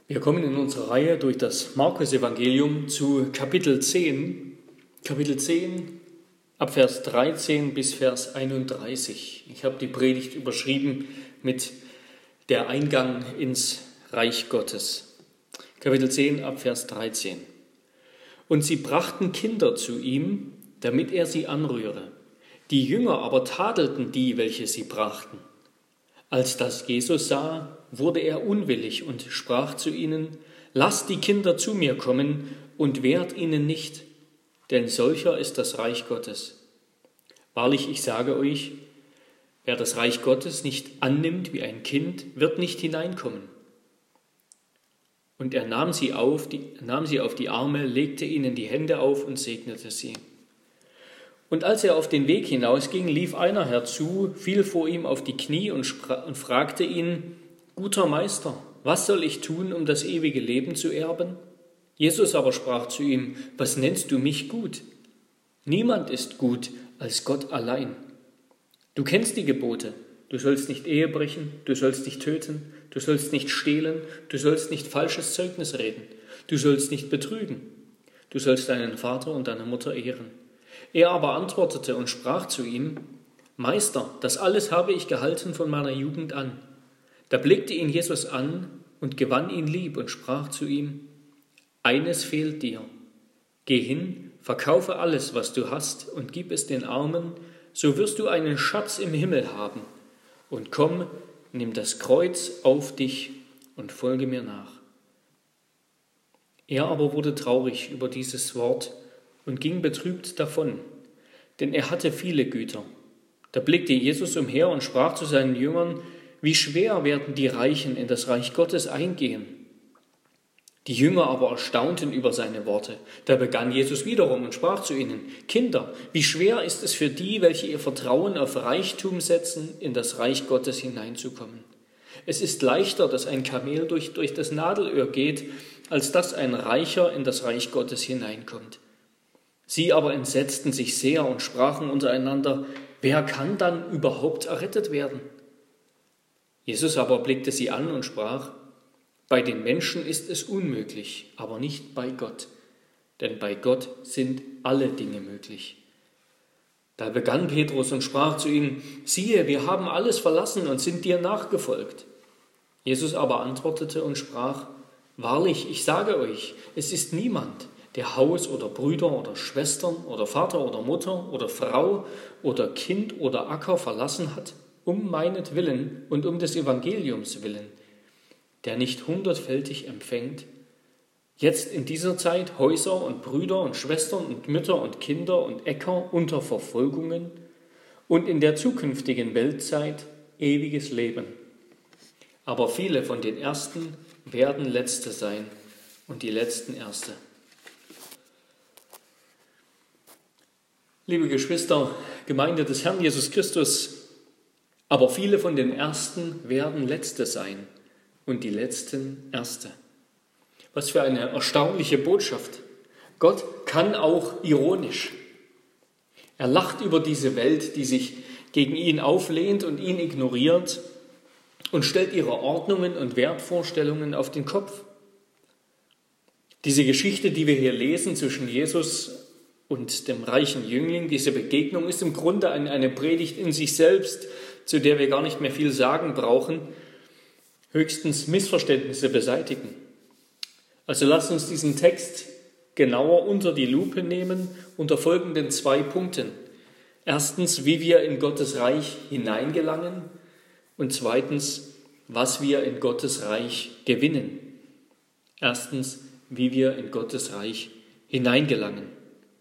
Wir kommen in unserer Reihe durch das Markus-Evangelium zu Kapitel 10. Kapitel 10, ab Vers 13 bis Vers 31. Ich habe die Predigt überschrieben mit der Eingang ins Reich Gottes. Kapitel 10, ab Vers 13. Und sie brachten Kinder zu ihm, damit er sie anrühre. Die Jünger aber tadelten die, welche sie brachten. Als das Jesus sah, wurde er unwillig und sprach zu ihnen: Lasst die Kinder zu mir kommen und wehrt ihnen nicht, denn solcher ist das Reich Gottes. Wahrlich, ich sage euch, wer das Reich Gottes nicht annimmt wie ein Kind, wird nicht hineinkommen. Und er nahm sie auf die Arme, legte ihnen die Hände auf und segnete sie. Und als er auf den Weg hinausging, lief einer herzu, fiel vor ihm auf die Knie und fragte ihn: Guter Meister, was soll ich tun, um das ewige Leben zu erben? Jesus aber sprach zu ihm: Was nennst du mich gut? Niemand ist gut als Gott allein. Du kennst die Gebote. Du sollst nicht Ehe brechen, du sollst nicht töten, du sollst nicht stehlen, du sollst nicht falsches Zeugnis reden, du sollst nicht betrügen, du sollst deinen Vater und deine Mutter ehren. Er aber antwortete und sprach zu ihm: Meister, das alles habe ich gehalten von meiner Jugend an. Da blickte ihn Jesus an und gewann ihn lieb und sprach zu ihm: Eines fehlt dir. Geh hin, verkaufe alles, was du hast, und gib es den Armen, so wirst du einen Schatz im Himmel haben. Und komm, nimm das Kreuz auf dich und folge mir nach. Er aber wurde traurig über dieses Wort und ging betrübt davon, denn er hatte viele Güter. Da blickte Jesus umher und sprach zu seinen Jüngern: Wie schwer werden die Reichen in das Reich Gottes eingehen? Die Jünger aber erstaunten über seine Worte. Da begann Jesus wiederum und sprach zu ihnen: Kinder, wie schwer ist es für die, welche ihr Vertrauen auf Reichtum setzen, in das Reich Gottes hineinzukommen. Es ist leichter, dass ein Kamel durch das Nadelöhr geht, als dass ein Reicher in das Reich Gottes hineinkommt. Sie aber entsetzten sich sehr und sprachen untereinander: Wer kann dann überhaupt errettet werden? Jesus aber blickte sie an und sprach: Bei den Menschen ist es unmöglich, aber nicht bei Gott, denn bei Gott sind alle Dinge möglich. Da begann Petrus und sprach zu ihm: Siehe, wir haben alles verlassen und sind dir nachgefolgt. Jesus aber antwortete und sprach: Wahrlich, ich sage euch, es ist niemand, der Haus oder Brüder oder Schwestern oder Vater oder Mutter oder Frau oder Kind oder Acker verlassen hat, um meinetwillen und um des Evangeliums willen, der nicht 100-fältig empfängt, jetzt in dieser Zeit Häuser und Brüder und Schwestern und Mütter und Kinder und Äcker unter Verfolgungen und in der zukünftigen Weltzeit ewiges Leben. Aber viele von den Ersten werden Letzte sein und die Letzten Erste. Liebe Geschwister, Gemeinde des Herrn Jesus Christus, aber viele von den Ersten werden Letzte sein und die Letzten Erste. Was für eine erstaunliche Botschaft. Gott kann auch ironisch. Er lacht über diese Welt, die sich gegen ihn auflehnt und ihn ignoriert und stellt ihre Ordnungen und Wertvorstellungen auf den Kopf. Diese Geschichte, die wir hier lesen zwischen Jesus und dem reichen Jüngling, diese Begegnung ist im Grunde eine Predigt in sich selbst, zu der wir gar nicht mehr viel sagen brauchen, höchstens Missverständnisse beseitigen. Also lasst uns diesen Text genauer unter die Lupe nehmen, unter folgenden 2 Punkten. Erstens, wie wir in Gottes Reich hineingelangen und zweitens, was wir in Gottes Reich gewinnen. Erstens, wie wir in Gottes Reich hineingelangen.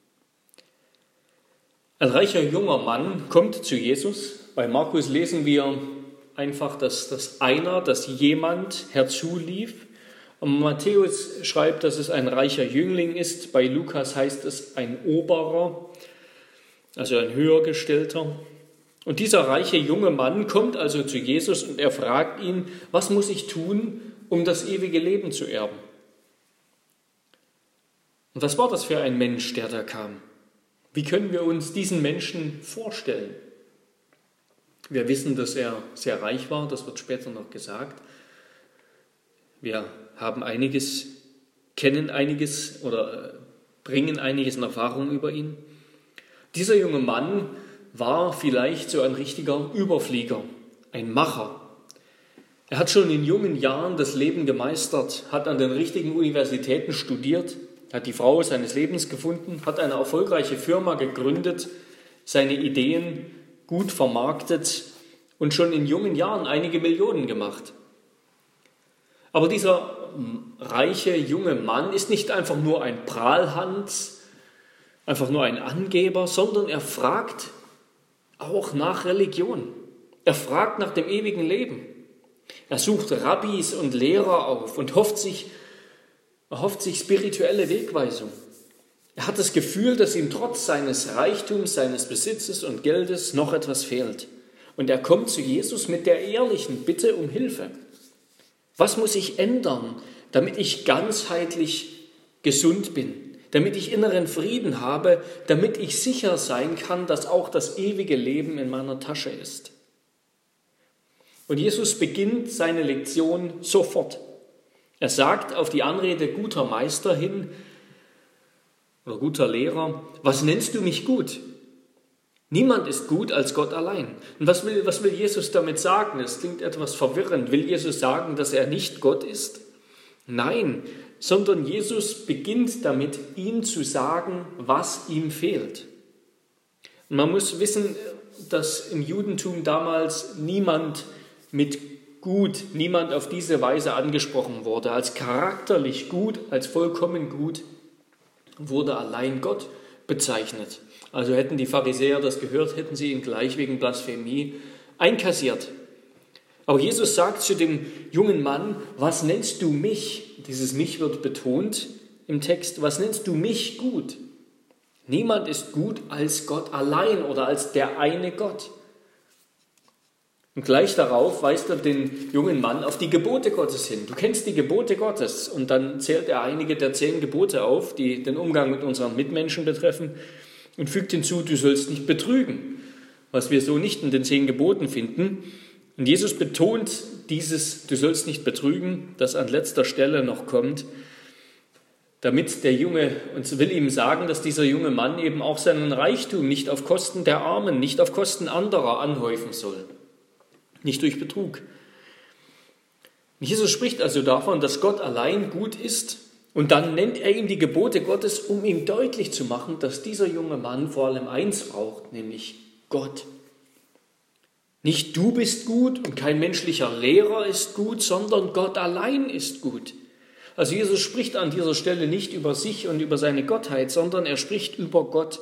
Ein reicher junger Mann kommt zu Jesus. Bei Markus lesen wir einfach, dass jemand herzulief. Und Matthäus schreibt, dass es ein reicher Jüngling ist. Bei Lukas heißt es ein Oberer, also ein Höhergestellter. Und dieser reiche junge Mann kommt also zu Jesus und er fragt ihn: Was muss ich tun, um das ewige Leben zu erben? Und was war das für ein Mensch, der da kam? Wie können wir uns diesen Menschen vorstellen? Wir wissen, dass er sehr reich war, das wird später noch gesagt. Wir haben einiges, kennen einiges oder bringen einiges in Erfahrung über ihn. Dieser junge Mann war vielleicht so ein richtiger Überflieger, ein Macher. Er hat schon in jungen Jahren das Leben gemeistert, hat an den richtigen Universitäten studiert, hat die Frau seines Lebens gefunden, hat eine erfolgreiche Firma gegründet, seine Ideen gut vermarktet und schon in jungen Jahren einige Millionen gemacht. Aber dieser reiche junge Mann ist nicht einfach nur ein Prahlhans, einfach nur ein Angeber, sondern er fragt auch nach Religion. Er fragt nach dem ewigen Leben. Er sucht Rabbis und Lehrer auf und erhofft sich spirituelle Wegweisung. Er hat das Gefühl, dass ihm trotz seines Reichtums, seines Besitzes und Geldes noch etwas fehlt. Und er kommt zu Jesus mit der ehrlichen Bitte um Hilfe. Was muss ich ändern, damit ich ganzheitlich gesund bin, damit ich inneren Frieden habe, damit ich sicher sein kann, dass auch das ewige Leben in meiner Tasche ist? Und Jesus beginnt seine Lektion sofort. Er sagt auf die Anrede guter Meister hin oder guter Lehrer: Was nennst du mich gut? Niemand ist gut als Gott allein. Und was will Jesus damit sagen? Es klingt etwas verwirrend. Will Jesus sagen, dass er nicht Gott ist? Nein, sondern Jesus beginnt damit, ihm zu sagen, was ihm fehlt. Und man muss wissen, dass im Judentum damals niemand auf diese Weise angesprochen wurde. Als charakterlich gut, als vollkommen gut wurde allein Gott bezeichnet. Also hätten die Pharisäer das gehört, hätten sie ihn gleich wegen Blasphemie einkassiert. Aber Jesus sagt zu dem jungen Mann: Was nennst du mich? Dieses mich wird betont im Text. Was nennst du mich gut? Niemand ist gut als Gott allein oder als der eine Gott. Und gleich darauf weist er den jungen Mann auf die Gebote Gottes hin. Du kennst die Gebote Gottes. Und dann zählt er einige der 10 Gebote auf, die den Umgang mit unseren Mitmenschen betreffen, und fügt hinzu: Du sollst nicht betrügen, was wir so nicht in den 10 Geboten finden. Und Jesus betont dieses Du sollst nicht betrügen, das an letzter Stelle noch kommt, damit der Junge, und will ihm sagen, dass dieser junge Mann eben auch seinen Reichtum nicht auf Kosten der Armen, nicht auf Kosten anderer anhäufen soll. Nicht durch Betrug. Jesus spricht also davon, dass Gott allein gut ist, und dann nennt er ihm die Gebote Gottes, um ihm deutlich zu machen, dass dieser junge Mann vor allem eins braucht, nämlich Gott. Nicht du bist gut und kein menschlicher Lehrer ist gut, sondern Gott allein ist gut. Also Jesus spricht an dieser Stelle nicht über sich und über seine Gottheit, sondern er spricht über Gott.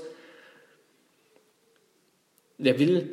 Er will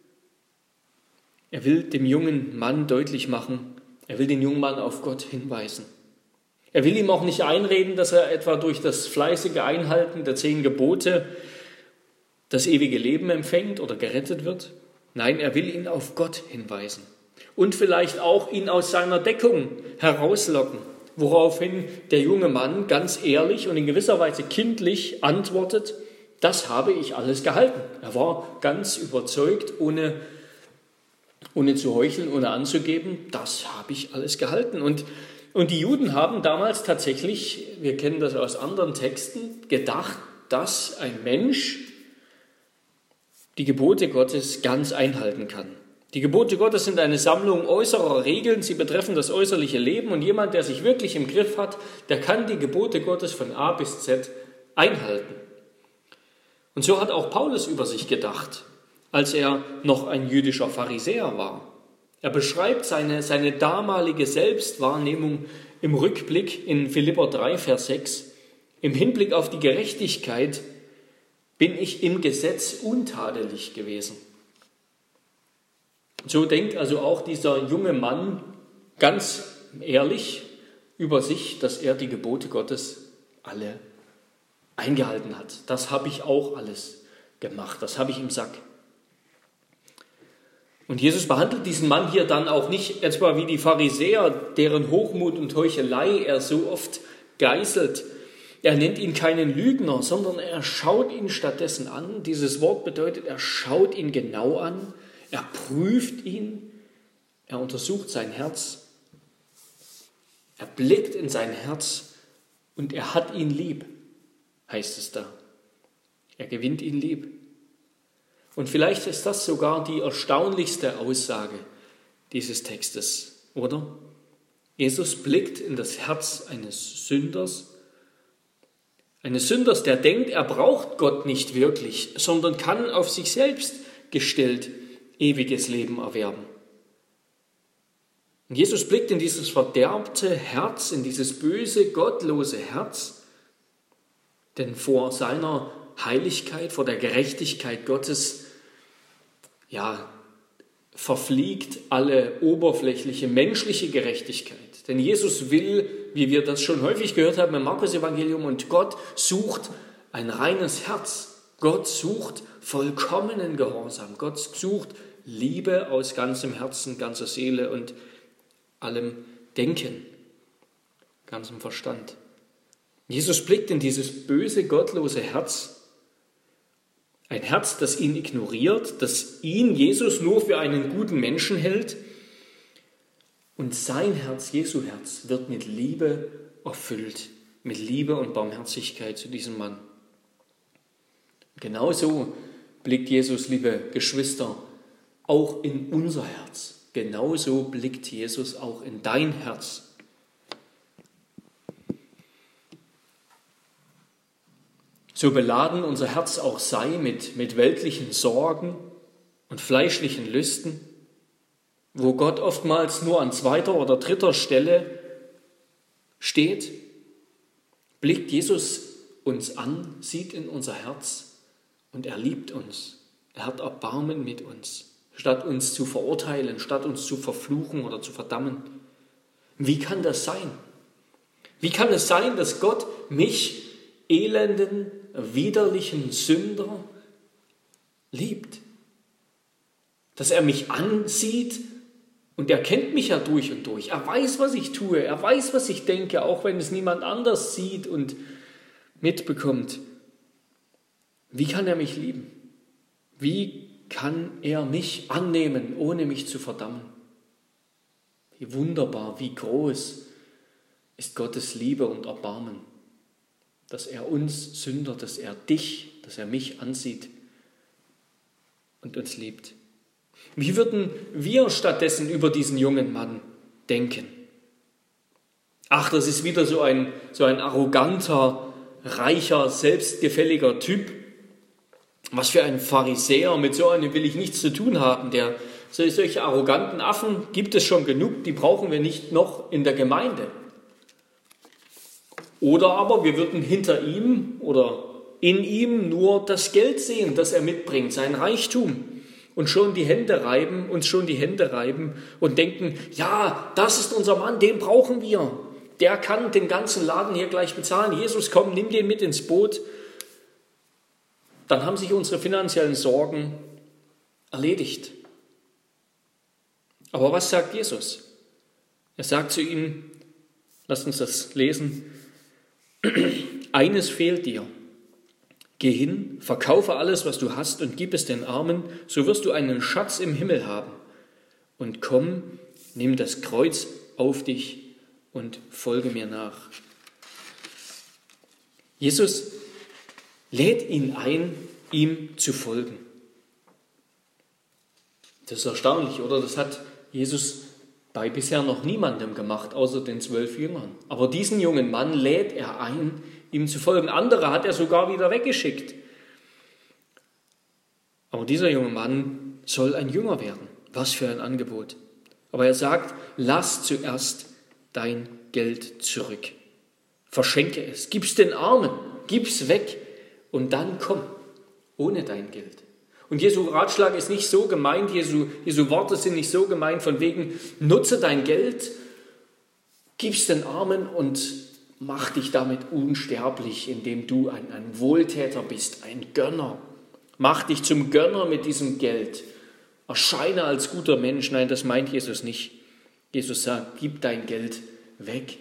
dem jungen Mann deutlich machen, er will den jungen Mann auf Gott hinweisen. Er will ihm auch nicht einreden, dass er etwa durch das fleißige Einhalten der 10 Gebote das ewige Leben empfängt oder gerettet wird. Nein, er will ihn auf Gott hinweisen und vielleicht auch ihn aus seiner Deckung herauslocken, woraufhin der junge Mann ganz ehrlich und in gewisser Weise kindlich antwortet: Das habe ich alles gehalten. Er war ganz überzeugt, ohne zu heucheln, ohne anzugeben: Das habe ich alles gehalten. Und die Juden haben damals tatsächlich, wir kennen das aus anderen Texten, gedacht, dass ein Mensch die Gebote Gottes ganz einhalten kann. Die Gebote Gottes sind eine Sammlung äußerer Regeln, sie betreffen das äußerliche Leben, und jemand, der sich wirklich im Griff hat, der kann die Gebote Gottes von A bis Z einhalten. Und so hat auch Paulus über sich gedacht, als er noch ein jüdischer Pharisäer war. Er beschreibt seine damalige Selbstwahrnehmung im Rückblick in Philipper 3, Vers 6. Im Hinblick auf die Gerechtigkeit bin ich im Gesetz untadelig gewesen. So denkt also auch dieser junge Mann ganz ehrlich über sich, dass er die Gebote Gottes alle eingehalten hat. Das habe ich auch alles gemacht, das habe ich im Sack. Und Jesus behandelt diesen Mann hier dann auch nicht etwa wie die Pharisäer, deren Hochmut und Heuchelei er so oft geißelt. Er nennt ihn keinen Lügner, sondern er schaut ihn stattdessen an. Dieses Wort bedeutet, er schaut ihn genau an, er prüft ihn, er untersucht sein Herz. Er blickt in sein Herz und er hat ihn lieb, heißt es da. Er gewinnt ihn lieb. Und vielleicht ist das sogar die erstaunlichste Aussage dieses Textes, oder? Jesus blickt in das Herz eines Sünders, der denkt, er braucht Gott nicht wirklich, sondern kann auf sich selbst gestellt ewiges Leben erwerben. Und Jesus blickt in dieses verderbte Herz, in dieses böse, gottlose Herz, denn vor seiner Heiligkeit, vor der Gerechtigkeit Gottes, verfliegt alle oberflächliche menschliche Gerechtigkeit. Denn Jesus will, wie wir das schon häufig gehört haben im Markus-Evangelium, und Gott sucht ein reines Herz. Gott sucht vollkommenen Gehorsam. Gott sucht Liebe aus ganzem Herzen, ganzer Seele und allem Denken, ganzem Verstand. Jesus blickt in dieses böse, gottlose Herz, ein Herz, das ihn ignoriert, das ihn, Jesus, nur für einen guten Menschen hält. Und sein Herz, Jesu Herz, wird mit Liebe erfüllt, mit Liebe und Barmherzigkeit zu diesem Mann. Genauso blickt Jesus, liebe Geschwister, auch in unser Herz. Genauso blickt Jesus auch in dein Herz. So beladen unser Herz auch sei mit weltlichen Sorgen und fleischlichen Lüsten, wo Gott oftmals nur an 2. oder 3. Stelle steht, blickt Jesus uns an, sieht in unser Herz und er liebt uns. Er hat Erbarmen mit uns, statt uns zu verurteilen, statt uns zu verfluchen oder zu verdammen. Wie kann das sein? Wie kann es sein, dass Gott mich, elenden, widerlichen Sünder, liebt? Dass er mich ansieht und er kennt mich ja durch und durch. Er weiß, was ich tue, er weiß, was ich denke, auch wenn es niemand anders sieht und mitbekommt. Wie kann er mich lieben? Wie kann er mich annehmen, ohne mich zu verdammen? Wie wunderbar, wie groß ist Gottes Liebe und Erbarmen, dass er uns Sünder, dass er dich, dass er mich ansieht und uns liebt. Wie würden wir stattdessen über diesen jungen Mann denken? Ach, das ist wieder so ein arroganter, reicher, selbstgefälliger Typ. Was für ein Pharisäer, mit so einem will ich nichts zu tun haben. Solche arroganten Affen gibt es schon genug, die brauchen wir nicht noch in der Gemeinde. Oder aber wir würden hinter ihm oder in ihm nur das Geld sehen, das er mitbringt, sein Reichtum. Und uns schon die Hände reiben und denken, ja, das ist unser Mann, den brauchen wir. Der kann den ganzen Laden hier gleich bezahlen. Jesus, komm, nimm den mit ins Boot. Dann haben sich unsere finanziellen Sorgen erledigt. Aber was sagt Jesus? Er sagt zu ihnen, lasst uns das lesen, eines fehlt dir. Geh hin, verkaufe alles, was du hast und gib es den Armen, so wirst du einen Schatz im Himmel haben. Und komm, nimm das Kreuz auf dich und folge mir nach. Jesus lädt ihn ein, ihm zu folgen. Das ist erstaunlich, oder? Das hat Jesus bei bisher noch niemandem gemacht, außer den 12 Jüngern. Aber diesen jungen Mann lädt er ein, ihm zu folgen. Andere hat er sogar wieder weggeschickt. Aber dieser junge Mann soll ein Jünger werden. Was für ein Angebot. Aber er sagt, lass zuerst dein Geld zurück. Verschenke es, gib's den Armen, gib's weg und dann komm, ohne dein Geld. Und Jesu Ratschlag ist nicht so gemeint, Jesu Worte sind nicht so gemeint, von wegen, nutze dein Geld, gib's den Armen und mach dich damit unsterblich, indem du ein Wohltäter bist, ein Gönner. Mach dich zum Gönner mit diesem Geld. Erscheine als guter Mensch. Nein, das meint Jesus nicht. Jesus sagt, gib dein Geld weg.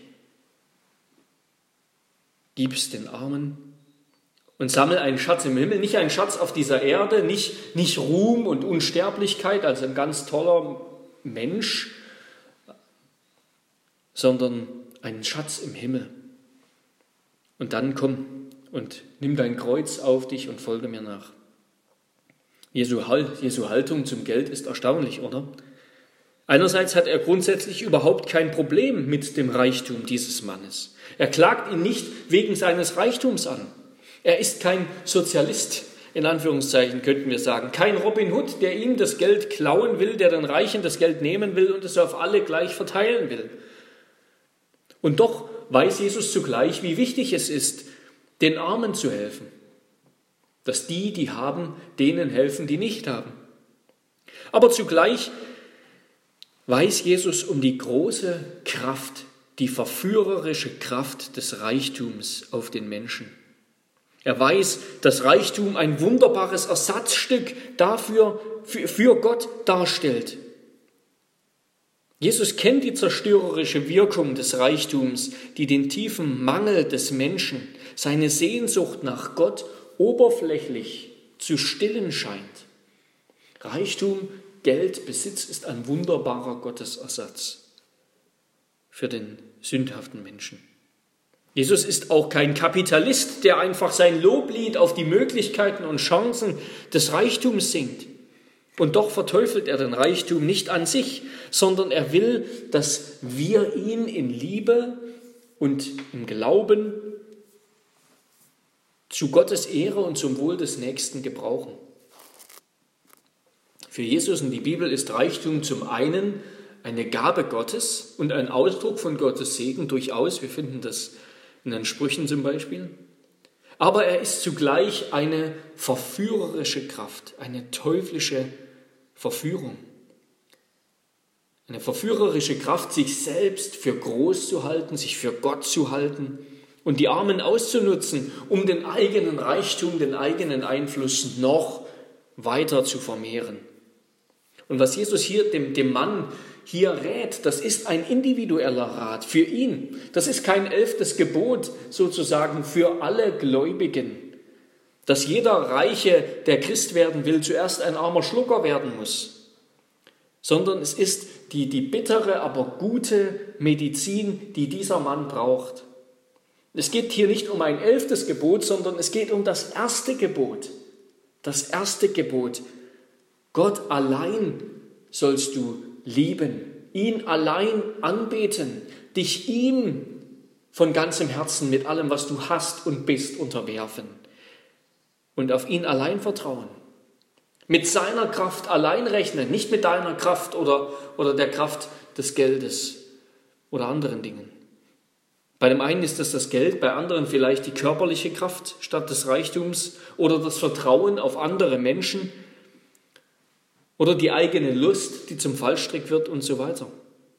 Gib's den Armen und sammel einen Schatz im Himmel. Nicht einen Schatz auf dieser Erde, nicht Ruhm und Unsterblichkeit als ein ganz toller Mensch, sondern einen Schatz im Himmel. Und dann komm und nimm dein Kreuz auf dich und folge mir nach. Jesu Haltung zum Geld ist erstaunlich, oder? Einerseits hat er grundsätzlich überhaupt kein Problem mit dem Reichtum dieses Mannes. Er klagt ihn nicht wegen seines Reichtums an. Er ist kein Sozialist, in Anführungszeichen könnten wir sagen, kein Robin Hood, der ihm das Geld klauen will, der den Reichen das Geld nehmen will und es auf alle gleich verteilen will. Und doch weiß Jesus zugleich, wie wichtig es ist, den Armen zu helfen. Dass die haben, denen helfen, die nicht haben. Aber zugleich weiß Jesus um die große Kraft, die verführerische Kraft des Reichtums auf den Menschen. Er weiß, dass Reichtum ein wunderbares Ersatzstück für Gott darstellt. Jesus kennt die zerstörerische Wirkung des Reichtums, die den tiefen Mangel des Menschen, seine Sehnsucht nach Gott oberflächlich zu stillen scheint. Reichtum, Geld, Besitz ist ein wunderbarer Gottesersatz für den sündhaften Menschen. Jesus ist auch kein Kapitalist, der einfach sein Loblied auf die Möglichkeiten und Chancen des Reichtums singt. Und doch verteufelt er den Reichtum nicht an sich, sondern er will, dass wir ihn in Liebe und im Glauben zu Gottes Ehre und zum Wohl des Nächsten gebrauchen. Für Jesus und die Bibel ist Reichtum zum einen eine Gabe Gottes und ein Ausdruck von Gottes Segen durchaus. Wir finden das in den Sprüchen zum Beispiel. Aber er ist zugleich eine verführerische Kraft, eine teuflische Verführung. Eine verführerische Kraft, sich selbst für groß zu halten, sich für Gott zu halten und die Armen auszunutzen, um den eigenen Reichtum, den eigenen Einfluss noch weiter zu vermehren. Und was Jesus hier dem Mann hier rät, das ist ein individueller Rat für ihn. Das ist kein 11. Gebot sozusagen für alle Gläubigen, dass jeder Reiche, der Christ werden will, zuerst ein armer Schlucker werden muss, sondern es ist die bittere, aber gute Medizin, die dieser Mann braucht. Es geht hier nicht um ein 11. Gebot, sondern es geht um das erste Gebot. Das erste Gebot. Gott allein sollst du lieben, ihn allein anbeten, dich ihm von ganzem Herzen mit allem, was du hast und bist, unterwerfen und auf ihn allein vertrauen. Mit seiner Kraft allein rechnen, nicht mit deiner Kraft oder der Kraft des Geldes oder anderen Dingen. Bei dem einen ist das Geld, bei anderen vielleicht die körperliche Kraft statt des Reichtums oder das Vertrauen auf andere Menschen oder die eigene Lust, die zum Fallstrick wird und so weiter.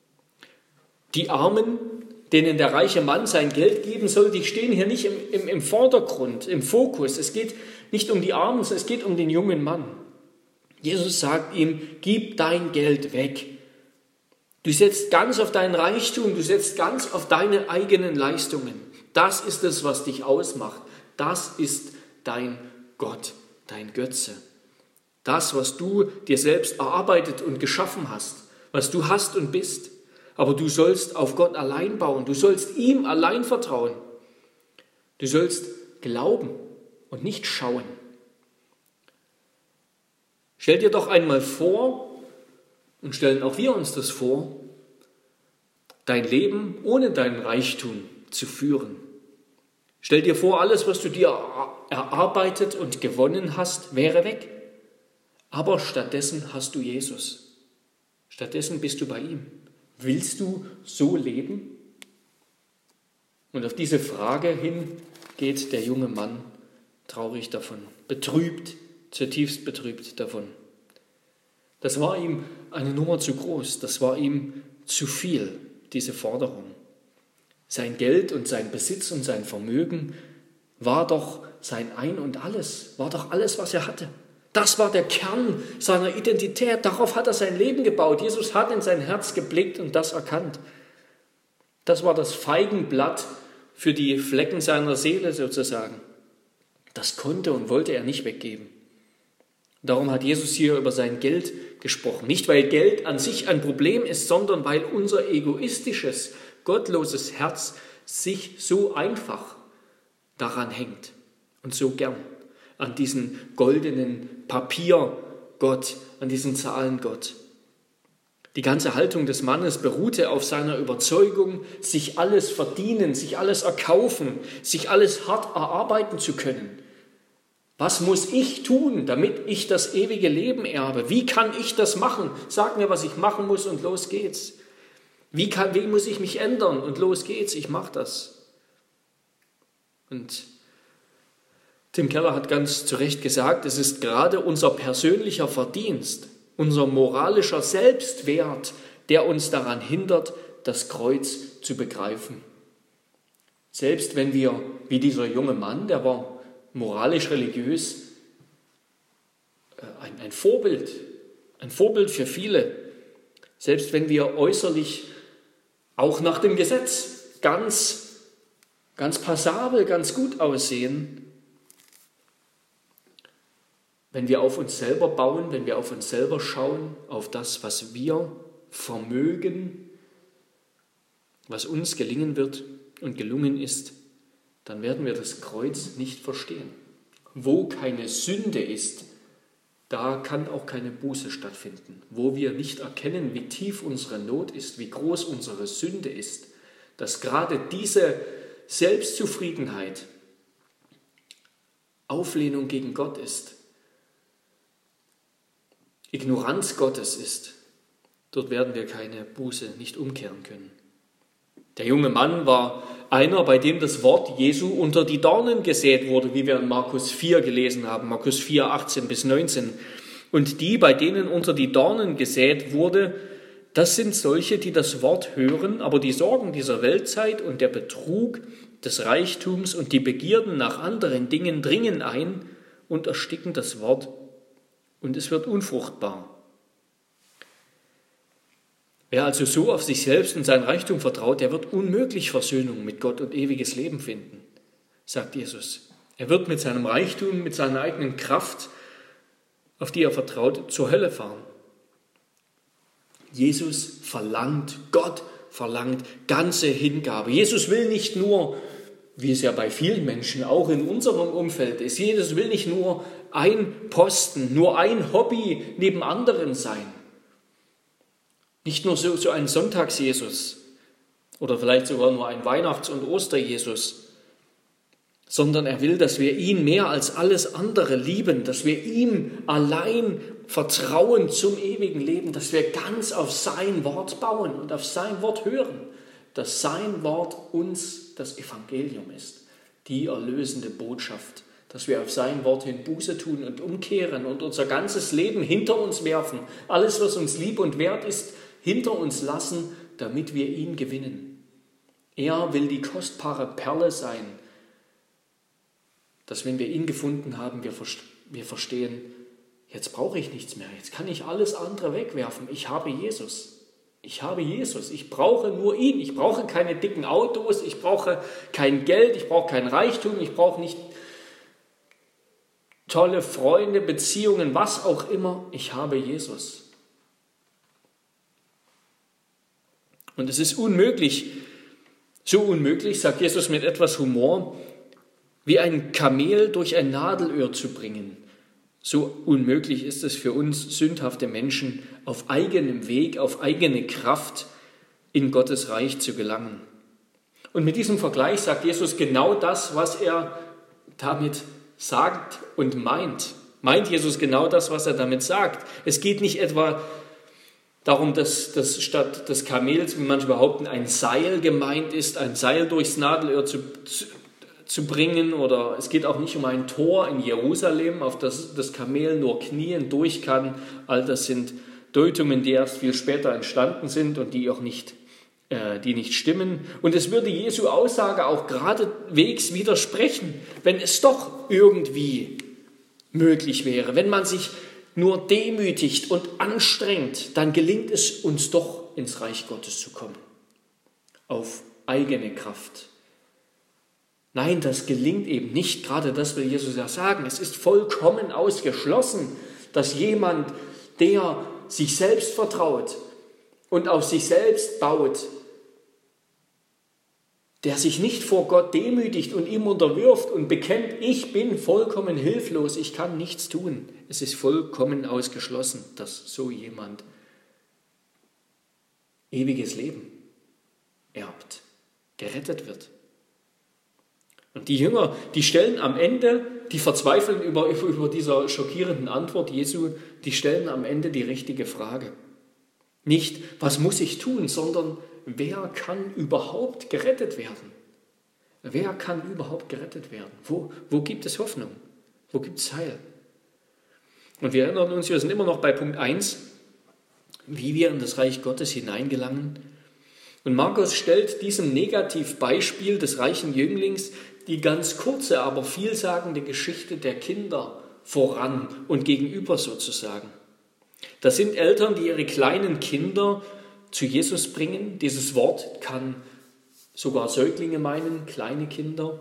Die Armen, denen der reiche Mann sein Geld geben soll, die stehen hier nicht im Vordergrund, im Fokus. Es geht nicht um die Armen, es geht um den jungen Mann. Jesus sagt ihm, gib dein Geld weg. Du setzt ganz auf deinen Reichtum, du setzt ganz auf deine eigenen Leistungen. Das ist es, was dich ausmacht. Das ist dein Gott, dein Götze. Das, was du dir selbst erarbeitet und geschaffen hast, was du hast und bist. Aber du sollst auf Gott allein bauen, du sollst ihm allein vertrauen. Du sollst glauben und nicht schauen. Stell dir doch einmal vor, und stellen auch wir uns das vor, dein Leben ohne deinen Reichtum zu führen. Stell dir vor, alles, was du dir erarbeitet und gewonnen hast, wäre weg. Aber stattdessen hast du Jesus. Stattdessen bist du bei ihm. Willst du so leben? Und auf diese Frage hin geht der junge Mann traurig davon, betrübt, zutiefst betrübt davon. Das war ihm eine Nummer zu groß, das war ihm zu viel, diese Forderung. Sein Geld und sein Besitz und sein Vermögen war doch sein Ein und Alles, war doch alles, was er hatte. Das war der Kern seiner Identität, darauf hat er sein Leben gebaut. Jesus hat in sein Herz geblickt und das erkannt. Das war das Feigenblatt für die Flecken seiner Seele sozusagen. Das konnte und wollte er nicht weggeben. Darum hat Jesus hier über sein Geld gesprochen. Nicht, weil Geld an sich ein Problem ist, sondern weil unser egoistisches, gottloses Herz sich so einfach daran hängt und so gern an diesen goldenen Papiergott, an diesen Zahlengott. Die ganze Haltung des Mannes beruhte auf seiner Überzeugung, sich alles verdienen, sich alles erkaufen, sich alles hart erarbeiten zu können. Was muss ich tun, damit ich das ewige Leben erbe? Wie kann ich das machen? Sag mir, was ich machen muss und los geht's. Wie muss ich mich ändern und los geht's, ich mache das. Und Tim Keller hat ganz zu Recht gesagt, es ist gerade unser persönlicher Verdienst, unser moralischer Selbstwert, der uns daran hindert, das Kreuz zu begreifen. Selbst wenn wir, wie dieser junge Mann, der war moralisch religiös, ein Vorbild für viele, selbst wenn wir äußerlich auch nach dem Gesetz ganz passabel, ganz gut aussehen, wenn wir auf uns selber bauen, wenn wir auf uns selber schauen, auf das, was wir vermögen, was uns gelingen wird und gelungen ist, dann werden wir das Kreuz nicht verstehen. Wo keine Sünde ist, da kann auch keine Buße stattfinden. Wo wir nicht erkennen, wie tief unsere Not ist, wie groß unsere Sünde ist, dass gerade diese Selbstzufriedenheit Auflehnung gegen Gott ist, Ignoranz Gottes ist, dort werden wir keine Buße, nicht umkehren können. Der junge Mann war einer, bei dem das Wort Jesu unter die Dornen gesät wurde, wie wir in Markus 4 gelesen haben, Markus 4, 18 bis 19. Und die, bei denen unter die Dornen gesät wurde, das sind solche, die das Wort hören, aber die Sorgen dieser Weltzeit und der Betrug des Reichtums und die Begierden nach anderen Dingen dringen ein und ersticken das Wort, und es wird unfruchtbar. Wer also so auf sich selbst und sein Reichtum vertraut, der wird unmöglich Versöhnung mit Gott und ewiges Leben finden, sagt Jesus. Er wird mit seinem Reichtum, mit seiner eigenen Kraft, auf die er vertraut, zur Hölle fahren. Gott verlangt ganze Hingabe. Jesus will nicht nur, wie es ja bei vielen Menschen auch in unserem Umfeld ist, Jesus will nicht nur ein Posten, nur ein Hobby neben anderen sein. Nicht nur so ein Sonntags-Jesus oder vielleicht sogar nur ein Weihnachts- und Oster-Jesus, sondern er will, dass wir ihn mehr als alles andere lieben, dass wir ihm allein vertrauen zum ewigen Leben, dass wir ganz auf sein Wort bauen und auf sein Wort hören, dass sein Wort uns das Evangelium ist, die erlösende Botschaft, dass wir auf sein Wort hin Buße tun und umkehren und unser ganzes Leben hinter uns werfen, alles, was uns lieb und wert ist, hinter uns lassen, damit wir ihn gewinnen. Er will die kostbare Perle sein, dass wenn wir ihn gefunden haben, wir verstehen, jetzt brauche ich nichts mehr, jetzt kann ich alles andere wegwerfen. Ich habe Jesus. Ich brauche nur ihn. Ich brauche keine dicken Autos, ich brauche kein Geld, ich brauche kein Reichtum, ich brauche nicht tolle Freunde, Beziehungen, was auch immer. Ich habe Jesus. Und es ist unmöglich, so unmöglich, sagt Jesus mit etwas Humor, wie ein Kamel durch ein Nadelöhr zu bringen. So unmöglich ist es für uns sündhafte Menschen, auf eigenem Weg, auf eigene Kraft in Gottes Reich zu gelangen. Und mit diesem Vergleich sagt Jesus genau das, was er damit sagt und meint. Meint Jesus genau das, was er damit sagt. Es geht nicht etwa darum, dass statt des Kamels, wie manche behaupten, ein Seil gemeint ist, ein Seil durchs Nadelöhr zu bringen, oder es geht auch nicht um ein Tor in Jerusalem, auf das das Kamel nur knien durch kann. All das sind Deutungen, die erst viel später entstanden sind und die nicht stimmen. Und es würde Jesu Aussage auch geradewegs widersprechen, wenn es doch irgendwie möglich wäre. Wenn man sich nur demütigt und anstrengt, dann gelingt es uns doch, ins Reich Gottes zu kommen. Auf eigene Kraft. Nein, das gelingt eben nicht. Gerade das will Jesus ja sagen. Es ist vollkommen ausgeschlossen, dass jemand, der sich selbst vertraut und auf sich selbst baut, der sich nicht vor Gott demütigt und ihm unterwirft und bekennt, ich bin vollkommen hilflos, ich kann nichts tun. Es ist vollkommen ausgeschlossen, dass so jemand ewiges Leben erbt, gerettet wird. Und die Jünger, die stellen am Ende, die verzweifeln über dieser schockierenden Antwort Jesu, die stellen am Ende die richtige Frage. Nicht, was muss ich tun, sondern wer kann überhaupt gerettet werden? Wer kann überhaupt gerettet werden? Wo gibt es Hoffnung? Wo gibt es Heil? Und wir erinnern uns, wir sind immer noch bei Punkt 1, wie wir in das Reich Gottes hineingelangen. Und Markus stellt diesem Negativbeispiel des reichen Jünglings die ganz kurze, aber vielsagende Geschichte der Kinder voran und gegenüber sozusagen. Das sind Eltern, die ihre kleinen Kinder zu Jesus bringen. Dieses Wort kann sogar Säuglinge meinen, kleine Kinder.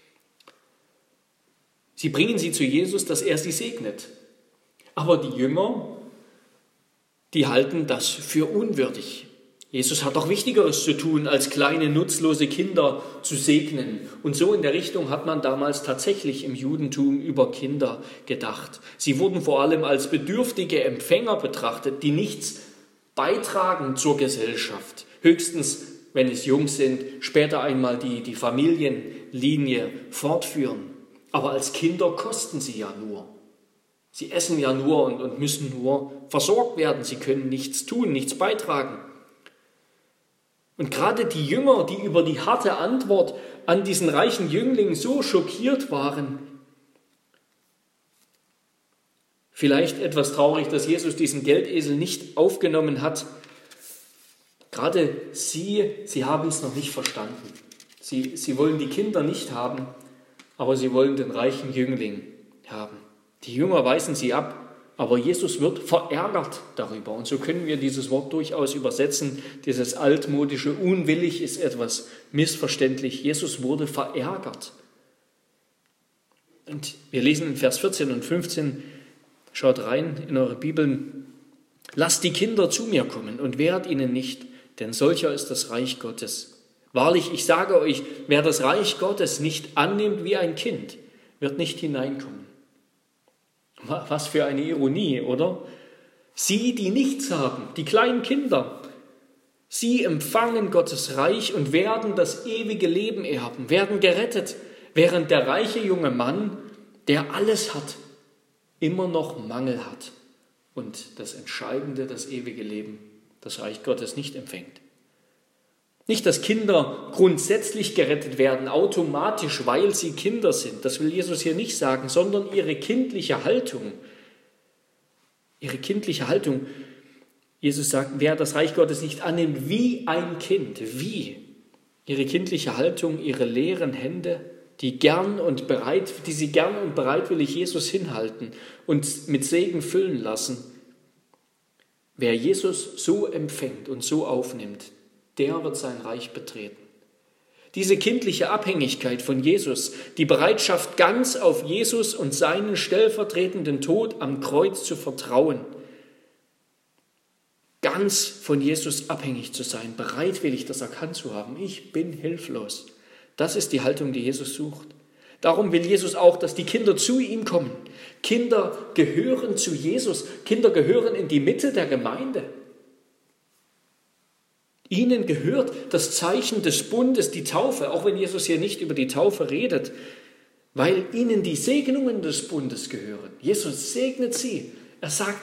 Sie bringen sie zu Jesus, dass er sie segnet. Aber die Jünger, die halten das für unwürdig. Jesus hat doch Wichtigeres zu tun, als kleine, nutzlose Kinder zu segnen. Und so in der Richtung hat man damals tatsächlich im Judentum über Kinder gedacht. Sie wurden vor allem als bedürftige Empfänger betrachtet, die nichts beitragen zur Gesellschaft. Höchstens, wenn es Jungs sind, später einmal die Familienlinie fortführen. Aber als Kinder kosten sie ja nur. Sie essen ja nur und müssen nur versorgt werden. Sie können nichts tun, nichts beitragen. Und gerade die Jünger, die über die harte Antwort an diesen reichen Jüngling so schockiert waren, vielleicht etwas traurig, dass Jesus diesen Geldesel nicht aufgenommen hat, gerade sie haben es noch nicht verstanden. Sie wollen die Kinder nicht haben, aber sie wollen den reichen Jüngling haben. Die Jünger weisen sie ab. Aber Jesus wird verärgert darüber. Und so können wir dieses Wort durchaus übersetzen. Dieses altmodische unwillig ist etwas missverständlich. Jesus wurde verärgert. Und wir lesen in Vers 14 und 15, schaut rein in eure Bibeln. Lasst die Kinder zu mir kommen und wehrt ihnen nicht, denn solcher ist das Reich Gottes. Wahrlich, ich sage euch, wer das Reich Gottes nicht annimmt wie ein Kind, wird nicht hineinkommen. Was für eine Ironie, oder? Sie, die nichts haben, die kleinen Kinder, sie empfangen Gottes Reich und werden das ewige Leben erben, werden gerettet, während der reiche junge Mann, der alles hat, immer noch Mangel hat und das Entscheidende, das ewige Leben, das Reich Gottes nicht empfängt. Nicht, dass Kinder grundsätzlich gerettet werden, automatisch, weil sie Kinder sind. Das will Jesus hier nicht sagen, sondern ihre kindliche Haltung. Ihre kindliche Haltung. Jesus sagt, wer das Reich Gottes nicht annimmt wie ein Kind, wie? Ihre kindliche Haltung, ihre leeren Hände, die sie gern und bereitwillig Jesus hinhalten und mit Segen füllen lassen. Wer Jesus so empfängt und so aufnimmt, der wird sein Reich betreten. Diese kindliche Abhängigkeit von Jesus, die Bereitschaft, ganz auf Jesus und seinen stellvertretenden Tod am Kreuz zu vertrauen, ganz von Jesus abhängig zu sein, bereitwillig das erkannt zu haben, ich bin hilflos. Das ist die Haltung, die Jesus sucht. Darum will Jesus auch, dass die Kinder zu ihm kommen. Kinder gehören zu Jesus, Kinder gehören in die Mitte der Gemeinde. Ihnen gehört das Zeichen des Bundes, die Taufe, auch wenn Jesus hier nicht über die Taufe redet, weil ihnen die Segnungen des Bundes gehören. Jesus segnet sie. Er sagt,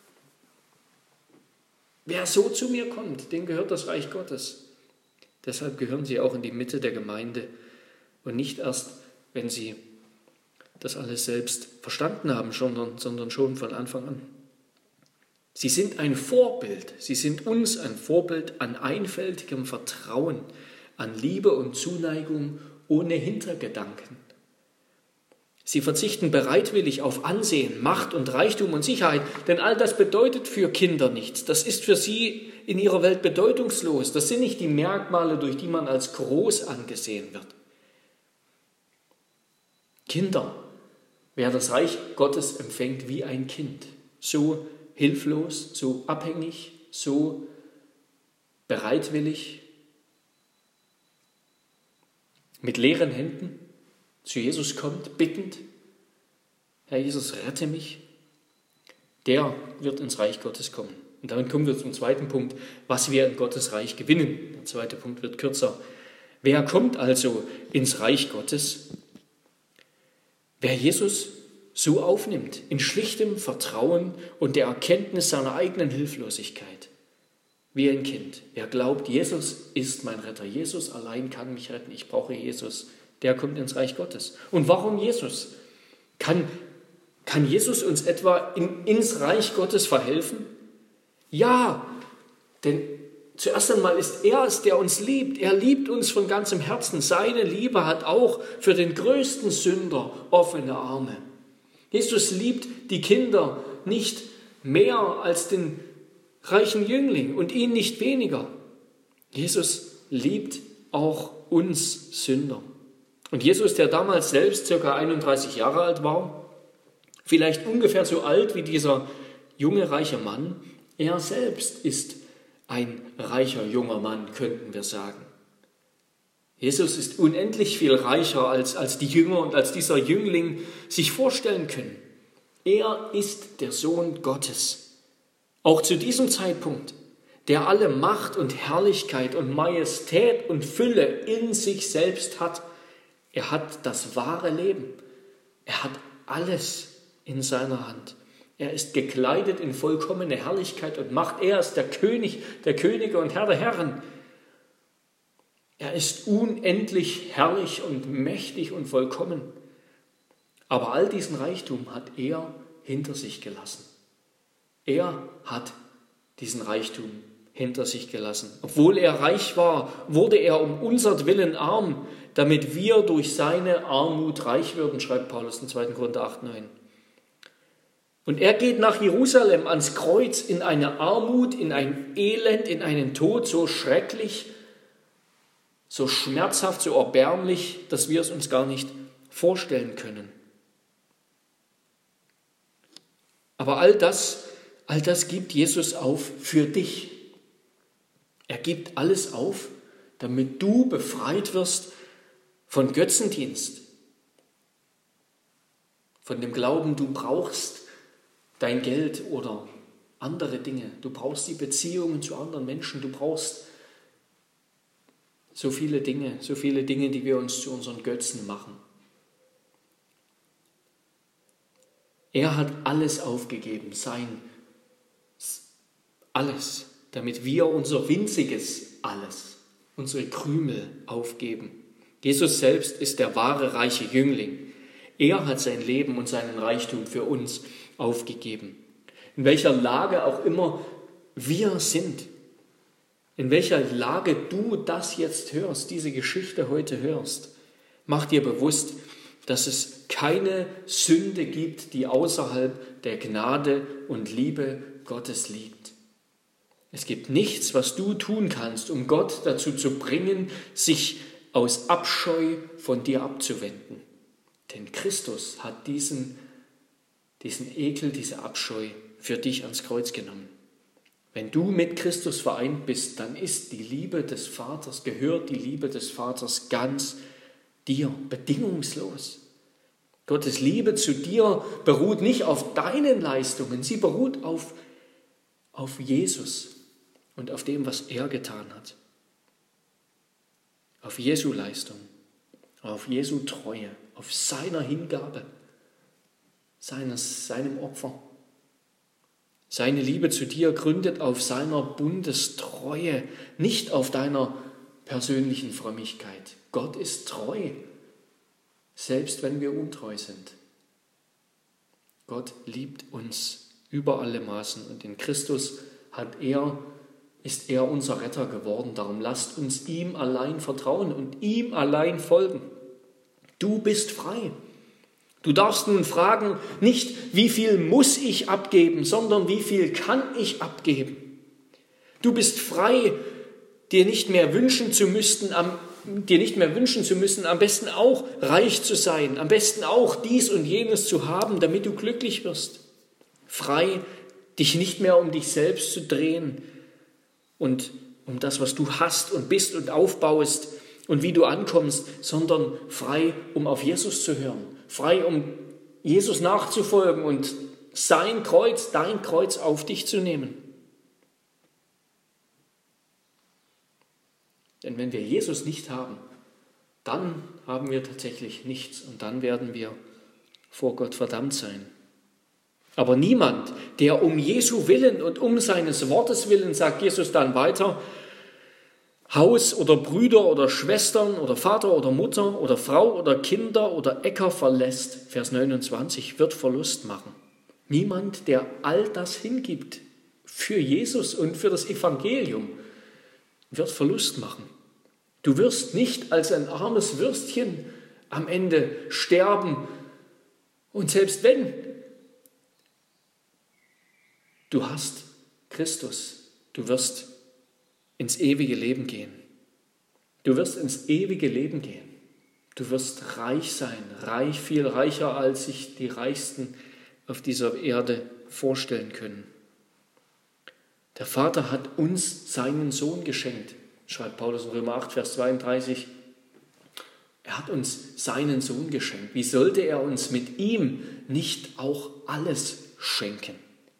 wer so zu mir kommt, dem gehört das Reich Gottes. Deshalb gehören sie auch in die Mitte der Gemeinde und nicht erst, wenn sie das alles selbst verstanden haben, sondern schon von Anfang an. Sie sind ein Vorbild, sie sind uns ein Vorbild an einfältigem Vertrauen, an Liebe und Zuneigung ohne Hintergedanken. Sie verzichten bereitwillig auf Ansehen, Macht und Reichtum und Sicherheit, denn all das bedeutet für Kinder nichts. Das ist für sie in ihrer Welt bedeutungslos. Das sind nicht die Merkmale, durch die man als groß angesehen wird. Kinder, wer das Reich Gottes empfängt wie ein Kind, so hilflos, so abhängig, so bereitwillig, mit leeren Händen zu Jesus kommt, bittend, Herr Jesus, rette mich, der wird ins Reich Gottes kommen. Und damit kommen wir zum zweiten Punkt, was wir in Gottes Reich gewinnen. Der zweite Punkt wird kürzer. Wer kommt also ins Reich Gottes? Wer Jesus so aufnimmt, in schlichtem Vertrauen und der Erkenntnis seiner eigenen Hilflosigkeit, wie er ihn kennt. Wer glaubt, Jesus ist mein Retter, Jesus allein kann mich retten, ich brauche Jesus, der kommt ins Reich Gottes. Und warum Jesus? Kann Jesus uns etwa ins Reich Gottes verhelfen? Ja, denn zuerst einmal ist er es, der uns liebt. Er liebt uns von ganzem Herzen. Seine Liebe hat auch für den größten Sünder offene Arme. Jesus liebt die Kinder nicht mehr als den reichen Jüngling und ihn nicht weniger. Jesus liebt auch uns Sünder. Und Jesus, der damals selbst ca. 31 Jahre alt war, vielleicht ungefähr so alt wie dieser junge, reiche Mann, er selbst ist ein reicher, junger Mann, könnten wir sagen. Jesus ist unendlich viel reicher, als die Jünger und als dieser Jüngling sich vorstellen können. Er ist der Sohn Gottes. Auch zu diesem Zeitpunkt, der alle Macht und Herrlichkeit und Majestät und Fülle in sich selbst hat. Er hat das wahre Leben. Er hat alles in seiner Hand. Er ist gekleidet in vollkommene Herrlichkeit und Macht. Er ist der König der Könige und Herr der Herren. Er ist unendlich herrlich und mächtig und vollkommen. Aber all diesen Reichtum hat er hinter sich gelassen. Er hat diesen Reichtum hinter sich gelassen. Obwohl er reich war, wurde er um unsertwillen arm, damit wir durch seine Armut reich würden, schreibt Paulus in 2. Korinther 8,9. Und er geht nach Jerusalem ans Kreuz in eine Armut, in ein Elend, in einen Tod so schrecklich, so schmerzhaft, so erbärmlich, dass wir es uns gar nicht vorstellen können. Aber all das gibt Jesus auf für dich. Er gibt alles auf, damit du befreit wirst von Götzendienst, von dem Glauben, du brauchst dein Geld oder andere Dinge. Du brauchst die Beziehungen zu anderen Menschen. Du brauchst so viele Dinge, die wir uns zu unseren Götzen machen. Er hat alles aufgegeben, alles, damit wir unser winziges Alles, unsere Krümel aufgeben. Jesus selbst ist der wahre reiche Jüngling. Er hat sein Leben und seinen Reichtum für uns aufgegeben. In welcher Lage auch immer wir sind, in welcher Lage du das jetzt hörst, diese Geschichte heute hörst, mach dir bewusst, dass es keine Sünde gibt, die außerhalb der Gnade und Liebe Gottes liegt. Es gibt nichts, was du tun kannst, um Gott dazu zu bringen, sich aus Abscheu von dir abzuwenden. Denn Christus hat diesen Ekel, diese Abscheu für dich ans Kreuz genommen. Wenn du mit Christus vereint bist, dann ist die Liebe des Vaters, gehört die Liebe des Vaters ganz dir, bedingungslos. Gottes Liebe zu dir beruht nicht auf deinen Leistungen, sie beruht auf Jesus und auf dem, was er getan hat. Auf Jesu Leistung, auf Jesu Treue, auf seiner Hingabe, seinem Opfer. Seine Liebe zu dir gründet auf seiner Bundestreue, nicht auf deiner persönlichen Frömmigkeit. Gott ist treu, selbst wenn wir untreu sind. Gott liebt uns über alle Maßen und in Christus ist er unser Retter geworden. Darum lasst uns ihm allein vertrauen und ihm allein folgen. Du bist frei. Du darfst nun fragen, nicht wie viel muss ich abgeben, sondern wie viel kann ich abgeben. Du bist frei, dir nicht mehr wünschen zu müssen, am besten auch reich zu sein, am besten auch dies und jenes zu haben, damit du glücklich wirst. Frei, dich nicht mehr um dich selbst zu drehen und um das, was du hast und bist und aufbaust, und wie du ankommst, sondern frei, um auf Jesus zu hören, frei, um Jesus nachzufolgen und sein Kreuz, dein Kreuz auf dich zu nehmen. Denn wenn wir Jesus nicht haben, dann haben wir tatsächlich nichts und dann werden wir vor Gott verdammt sein. Aber niemand, der um Jesu Willen und um seines Wortes willen, sagt Jesus dann weiter, Haus oder Brüder oder Schwestern oder Vater oder Mutter oder Frau oder Kinder oder Äcker verlässt, Vers 29, wird Verlust machen. Niemand, der all das hingibt für Jesus und für das Evangelium, wird Verlust machen. Du wirst nicht als ein armes Würstchen am Ende sterben. Und selbst wenn, du hast Christus, du wirst ins ewige Leben gehen. Du wirst ins ewige Leben gehen. Du wirst reich sein, reich, viel reicher, als sich die Reichsten auf dieser Erde vorstellen können. Der Vater hat uns seinen Sohn geschenkt, schreibt Paulus in Römer 8, Vers 32. Er hat uns seinen Sohn geschenkt. Wie sollte er uns mit ihm nicht auch alles schenken?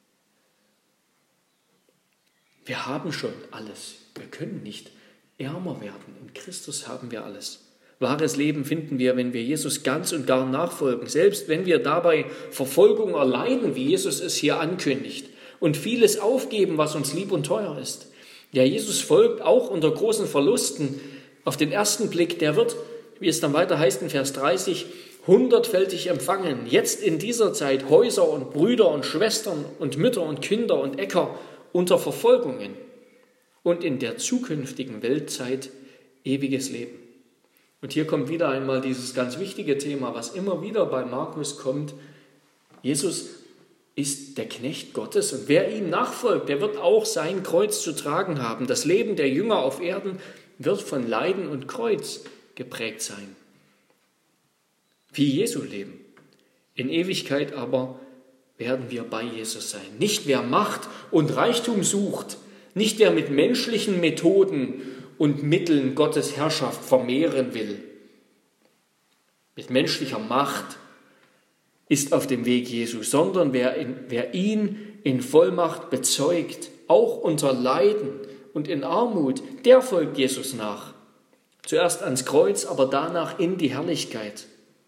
Wir haben schon alles. Wir können nicht ärmer werden. In Christus haben wir alles. Wahres Leben finden wir, wenn wir Jesus ganz und gar nachfolgen. Selbst wenn wir dabei Verfolgung erleiden, wie Jesus es hier ankündigt, und vieles aufgeben, was uns lieb und teuer ist. Ja, Jesus folgt auch unter großen Verlusten. Auf den ersten Blick, der wird, wie es dann weiter heißt in Vers 30, 100-fältig empfangen. Jetzt in dieser Zeit Häuser und Brüder und Schwestern und Mütter und Kinder und Äcker unter Verfolgungen. Und in der zukünftigen Weltzeit ewiges Leben. Und hier kommt wieder einmal dieses ganz wichtige Thema, was immer wieder bei Markus kommt. Jesus ist der Knecht Gottes und wer ihm nachfolgt, der wird auch sein Kreuz zu tragen haben. Das Leben der Jünger auf Erden wird von Leiden und Kreuz geprägt sein. Wie Jesu Leben. In Ewigkeit aber werden wir bei Jesus sein. Nicht wer Macht und Reichtum sucht, nicht wer mit menschlichen Methoden und Mitteln Gottes Herrschaft vermehren will. Mit menschlicher Macht ist auf dem Weg Jesu, sondern wer ihn in Vollmacht bezeugt, auch unter Leiden und in Armut, der folgt Jesus nach. Zuerst ans Kreuz, aber danach in die Herrlichkeit.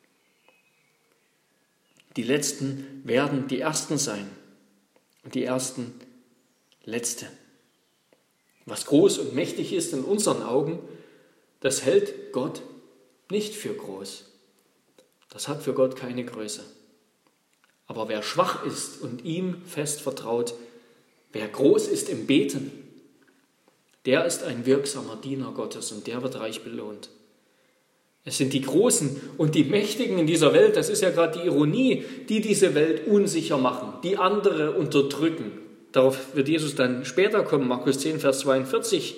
Die Letzten werden die Ersten sein und die Ersten Letzte. Was groß und mächtig ist in unseren Augen, das hält Gott nicht für groß. Das hat für Gott keine Größe. Aber wer schwach ist und ihm fest vertraut, wer groß ist im Beten, der ist ein wirksamer Diener Gottes und der wird reich belohnt. Es sind die Großen und die Mächtigen in dieser Welt, das ist ja gerade die Ironie, die diese Welt unsicher machen, die andere unterdrücken. Darauf wird Jesus dann später kommen, Markus 10, Vers 42.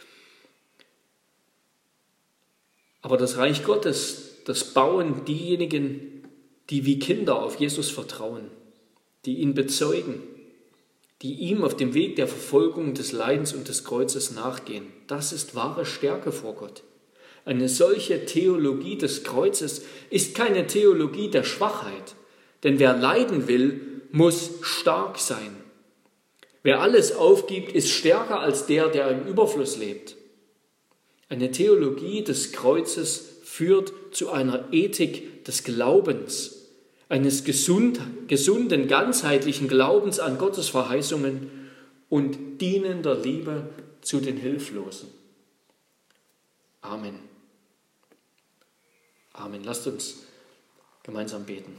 Aber das Reich Gottes, das bauen diejenigen, die wie Kinder auf Jesus vertrauen, die ihn bezeugen, die ihm auf dem Weg der Verfolgung, des Leidens und des Kreuzes nachgehen. Das ist wahre Stärke vor Gott. Eine solche Theologie des Kreuzes ist keine Theologie der Schwachheit, denn wer leiden will, muss stark sein. Wer alles aufgibt, ist stärker als der im Überfluss lebt. Eine Theologie des Kreuzes führt zu einer Ethik des Glaubens, eines gesunden, ganzheitlichen Glaubens an Gottes Verheißungen und dienender Liebe zu den Hilflosen. Amen. Amen. Lasst uns gemeinsam beten.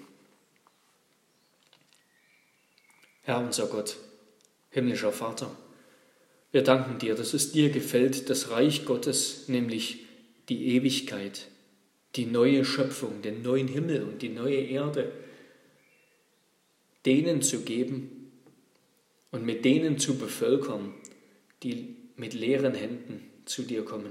Herr, unser Gott, himmlischer Vater, wir danken dir, dass es dir gefällt, das Reich Gottes, nämlich die Ewigkeit, die neue Schöpfung, den neuen Himmel und die neue Erde, denen zu geben und mit denen zu bevölkern, die mit leeren Händen zu dir kommen.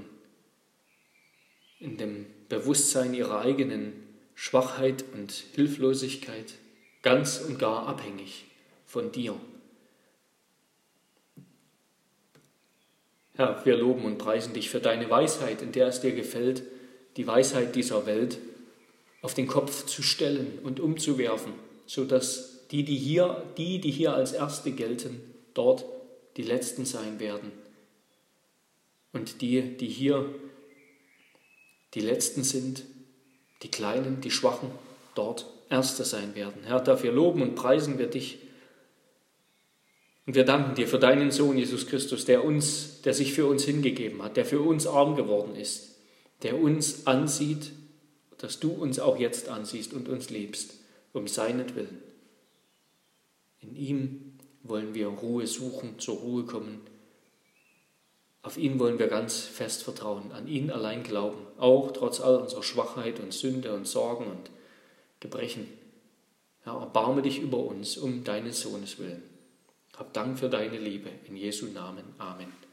In dem Bewusstsein ihrer eigenen Schwachheit und Hilflosigkeit, ganz und gar abhängig von dir. Herr, wir loben und preisen dich für deine Weisheit, in der es dir gefällt, die Weisheit dieser Welt auf den Kopf zu stellen und umzuwerfen, sodass die hier als Erste gelten, dort die Letzten sein werden. Und die hier die Letzten sind, die Kleinen, die Schwachen, dort Erste sein werden. Herr, dafür loben und preisen wir dich. Und wir danken dir für deinen Sohn Jesus Christus, der sich für uns hingegeben hat, der für uns arm geworden ist, der uns ansieht, dass du uns auch jetzt ansiehst und uns liebst, um seinetwillen. In ihm wollen wir Ruhe suchen, zur Ruhe kommen. Auf ihn wollen wir ganz fest vertrauen, an ihn allein glauben, auch trotz all unserer Schwachheit und Sünde und Sorgen und Gebrechen. Herr, erbarme dich über uns um deines Sohnes willen. Hab Dank für deine Liebe. In Jesu Namen. Amen.